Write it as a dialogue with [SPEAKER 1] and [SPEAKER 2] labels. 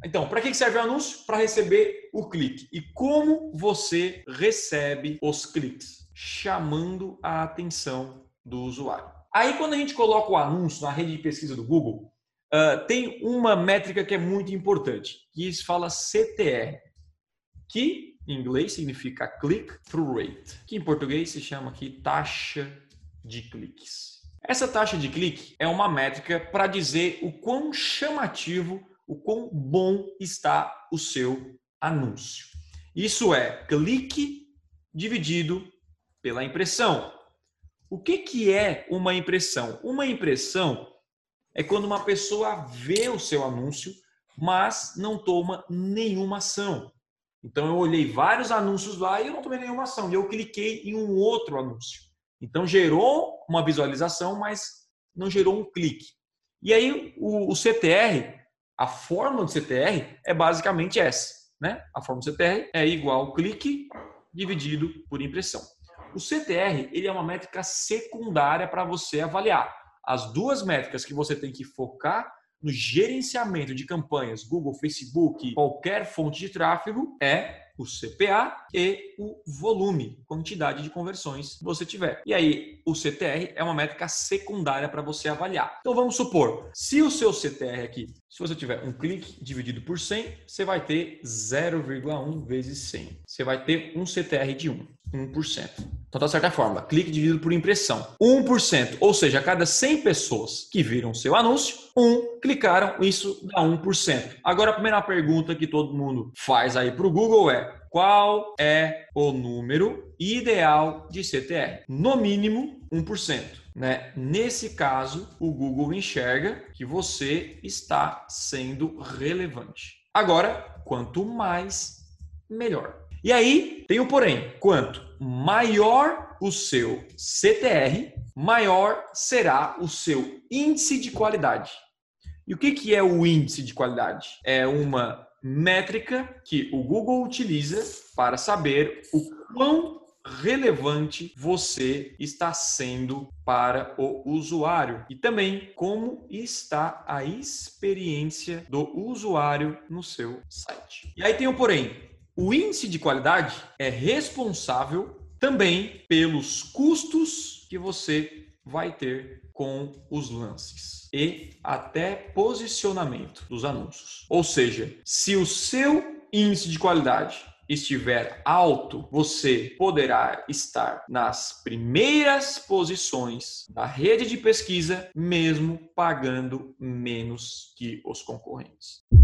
[SPEAKER 1] Então, para que serve o anúncio? Para receber o clique. E como você recebe os cliques? Chamando a atenção do usuário. Aí, quando a gente coloca o anúncio na rede de pesquisa do Google, tem uma métrica que é muito importante, que se fala CTR, que em inglês significa Click-Through Rate, que em português se chama aqui taxa de cliques. Essa taxa de clique é uma métrica para dizer o quão chamativo, o quão bom está o seu anúncio. Isso é clique dividido pela impressão. O que é uma impressão? Uma impressão é quando uma pessoa vê o seu anúncio, mas não toma nenhuma ação. Então eu olhei vários anúncios lá e eu não tomei nenhuma ação. E eu cliquei em um outro anúncio. Então gerou uma visualização, mas não gerou um clique. E aí o CTR, a fórmula do CTR é basicamente essa, né? A fórmula do CTR é igual clique dividido por impressão. O CTR, ele é uma métrica secundária para você avaliar. As duas métricas que você tem que focar no gerenciamento de campanhas, Google, Facebook, qualquer fonte de tráfego, é o CPA e o volume, quantidade de conversões que você tiver. E aí, o CTR é uma métrica secundária para você avaliar. Então, vamos supor, se o seu CTR aqui, se você tiver um clique dividido por 100, você vai ter 0,1 vezes 100. Você vai ter um CTR de 1%. Então, da certa forma, clique dividido por impressão. 1%, ou seja, a cada 100 pessoas que viram seu anúncio, clicaram, isso dá 1%. Agora, a primeira pergunta que todo mundo faz aí para o Google é: qual é o número ideal de CTR? No mínimo, 1%. Né? Nesse caso, o Google enxerga que você está sendo relevante. Agora, quanto mais, melhor. E aí, tem o porém. Quanto maior o seu CTR, maior será o seu índice de qualidade. E o que é o índice de qualidade? É uma métrica que o Google utiliza para saber o quão relevante você está sendo para o usuário e também como está a experiência do usuário no seu site. E aí tem o porém. O índice de qualidade é responsável também pelos custos que você vai ter com os lances e até posicionamento dos anúncios. Ou seja, se o seu índice de qualidade estiver alto, você poderá estar nas primeiras posições da rede de pesquisa, mesmo pagando menos que os concorrentes.